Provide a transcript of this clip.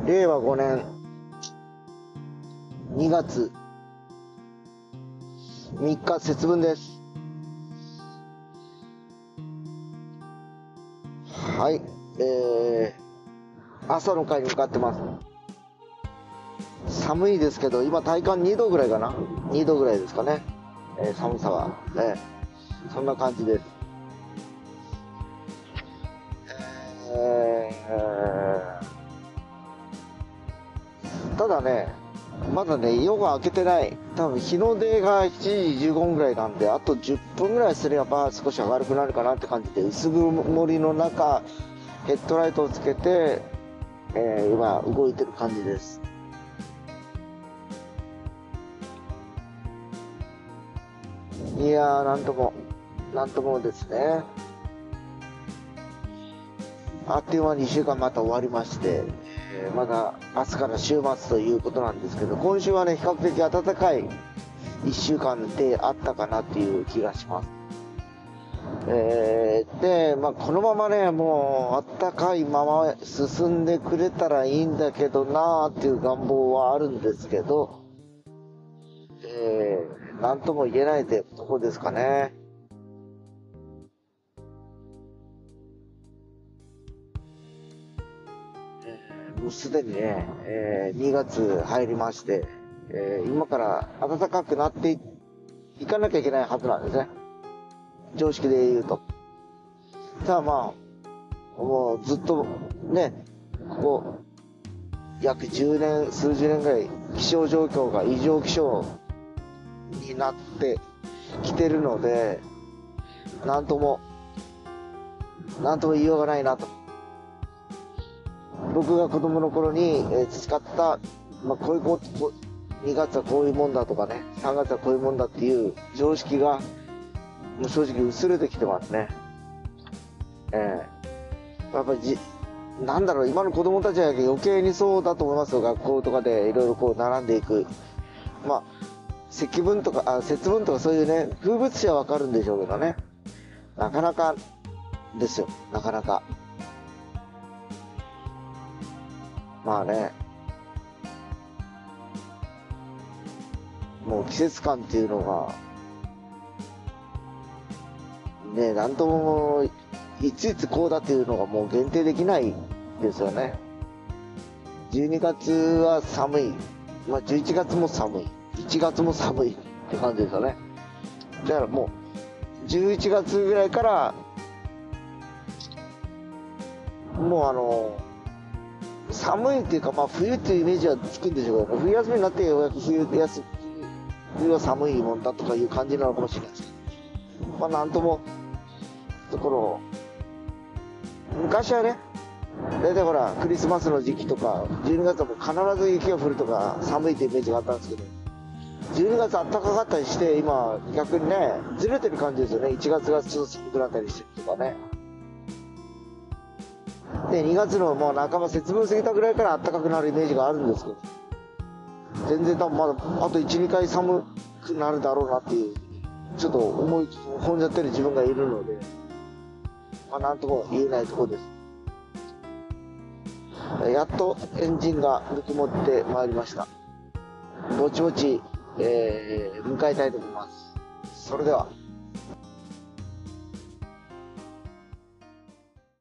令和5年2月3日節分です。はい、朝の会に向かってます。寒いですけど、今体感2度ぐらいかな。2度ぐらいですかね。寒さは、そんな感じです。ただね、まだね、夜が明けてない。多分日の出が7時15分ぐらいなんで、あと10分ぐらいすれば少し明るくなるかなって感じで、薄曇りの中、ヘッドライトをつけて、今動いてる感じです。いやー、なんともですね。あっという間に1週間また終わりまして、まだ明日から週末ということなんですけど、今週はね、比較的暖かい1週間であったかなっていう気がします。で、このままね、もう暖かいまま進んでくれたらいいんだけどなーっていう願望はあるんですけど、なんとも言えないとこですかね。もうすでにね、2月入りまして、今から暖かくなっていかなきゃいけないはずなんですね。常識で言うと。ただもうずっとね、ここ約10年、数十年ぐらい気象状況が異常気象になってきてるので、なんとも言いようがないなと。僕が子供の頃に培った、こういう2月はこういうもんだとかね、3月はこういうもんだっていう常識が、もう正直薄れてきてますね。やっぱりなんだろう、今の子供たちは余計にそうだと思いますよ。学校とかでいろいろこう並んでいく。節分とかそういうね、風物詩はわかるんでしょうけどね。なかなかですよ、なかなか。まあね、もう季節感っていうのが、ね、なんとも、いついつこうだっていうのがもう限定できないですよね。12月は寒い。11月も寒い。1月も寒いって感じですよね。だからもう、11月ぐらいから、もう寒いっていうか、冬っていうイメージはつくんでしょうけど、冬休みになってようやく冬は寒いもんだとかいう感じなのかもしれないですけど。なんとも、昔はね、大体ほら、クリスマスの時期とか、12月はもう必ず雪が降るとか、寒いってイメージがあったんですけど、12月暖かかったりして、今、逆にね、ずれてる感じですよね。1月がちょっと寒くなったりしてるとかね。で、2月のもう半ば節分過ぎたぐらいから暖かくなるイメージがあるんですけど、全然多分まだ、あと1、2回寒くなるだろうなっていう、ちょっと思い込んじゃってる自分がいるので、なんとも言えないところです。やっとエンジンがぬくもってまいりました。ぼちぼち、迎えたいと思います。それでは。